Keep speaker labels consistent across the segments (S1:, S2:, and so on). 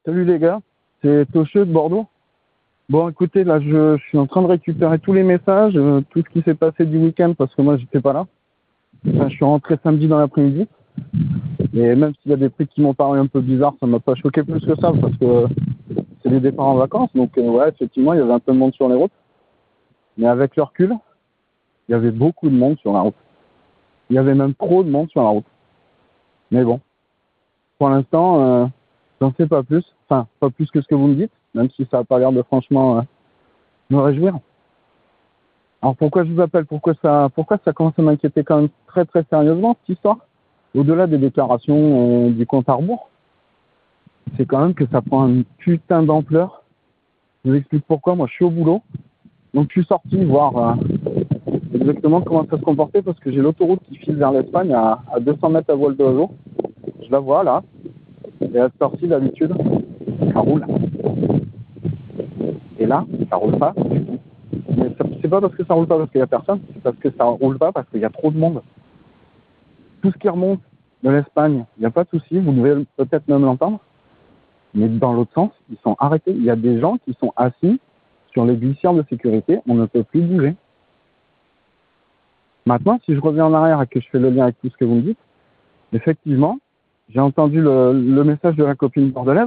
S1: Salut les gars, c'est Tocheux de Bordeaux. Bon écoutez, là je suis en train de récupérer tous les messages, tout ce qui s'est passé du week-end parce que moi j'étais pas là. Enfin, je suis rentré samedi dans l'après-midi. Et même s'il y a des trucs qui m'ont paru un peu bizarres, ça m'a pas choqué plus que ça parce que c'est des départs en vacances. Donc ouais, effectivement, il y avait un peu de monde sur les routes. Mais avec le recul, il y avait beaucoup de monde sur la route. Il y avait même trop de monde sur la route. Mais bon, pour l'instant, j'en sais pas plus. Enfin, pas plus que ce que vous me dites, même si ça n'a pas l'air de franchement me réjouir. Alors pourquoi je vous appelle, pourquoi ça commence à m'inquiéter quand même très très sérieusement cette histoire, au-delà des déclarations du compte à rebours, c'est quand même que ça prend une putain d'ampleur. Je vous explique pourquoi. Moi je suis au boulot, donc je suis sorti voir exactement comment ça se comportait parce que j'ai l'autoroute qui file vers l'Espagne à 200 mètres à vol d'oiseau. Je la vois là, et à cette heure-ci d'habitude, ça roule. Et là, ça roule pas du tout. Mais c'est pas parce que ça roule pas parce qu'il y a personne, c'est parce que ça roule pas parce qu'il y a trop de monde. Tout ce qui remonte de l'Espagne, il n'y a pas de souci, vous devez peut-être même l'entendre. Mais dans l'autre sens, ils sont arrêtés. Il y a des gens qui sont assis sur les glissières de sécurité, on ne peut plus bouger. Maintenant, si je reviens en arrière et que je fais le lien avec tout ce que vous me dites, effectivement, j'ai entendu le message de la copine bordelaise,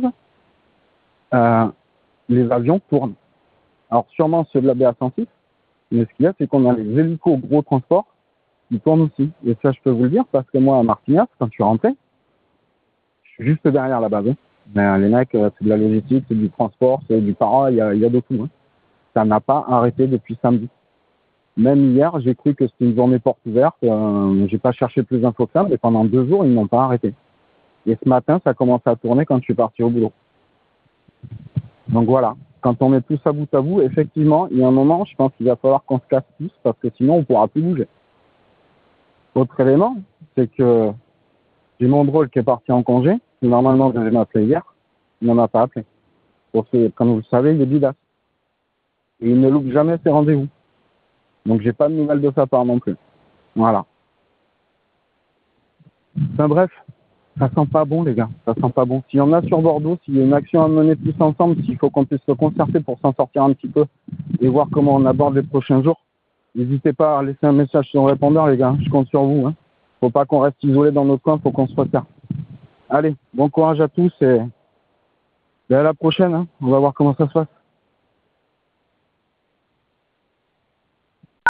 S1: les avions tournent. Alors sûrement ceux de la BA106, mais ce qu'il y a, c'est qu'on a les hélicos gros transports qui tournent aussi. Et ça, je peux vous le dire, parce que moi, à Martignac, quand je suis rentré, je suis juste derrière la base. Mais les mecs, c'est de la logistique, c'est du transport, c'est du para, il y a de tout. Ça n'a pas arrêté depuis samedi. Même hier, j'ai cru que c'était une journée porte ouverte. J'ai pas cherché plus d'infos que ça, mais pendant 2 jours, ils n'ont pas arrêté. Et ce matin, ça commence à tourner quand je suis parti au boulot. Donc voilà. Quand on met tout ça bout à bout, effectivement, il y a un moment, je pense qu'il va falloir qu'on se casse tous parce que sinon, on ne pourra plus bouger. Autre élément, c'est que j'ai mon drôle qui est parti en congé. Normalement, je devais m'appeler hier. Il ne m'a pas appelé. Parce que, comme vous le savez, il est bidasse. Et il ne loupe jamais ses rendez-vous. Donc, j'ai pas de nouvelles de sa part non plus. Voilà. Enfin bref, ça sent pas bon, les gars. Ça sent pas bon. S'il y en a sur Bordeaux, s'il y a une action à mener tous ensemble, s'il faut qu'on puisse se concerter pour s'en sortir un petit peu et voir comment on aborde les prochains jours, n'hésitez pas à laisser un message sur le répondeur, les gars. Je compte sur vous. Faut pas qu'on reste isolé dans notre coin, faut qu'on se resserre. Allez, bon courage à tous et à la prochaine. On va voir comment ça se passe.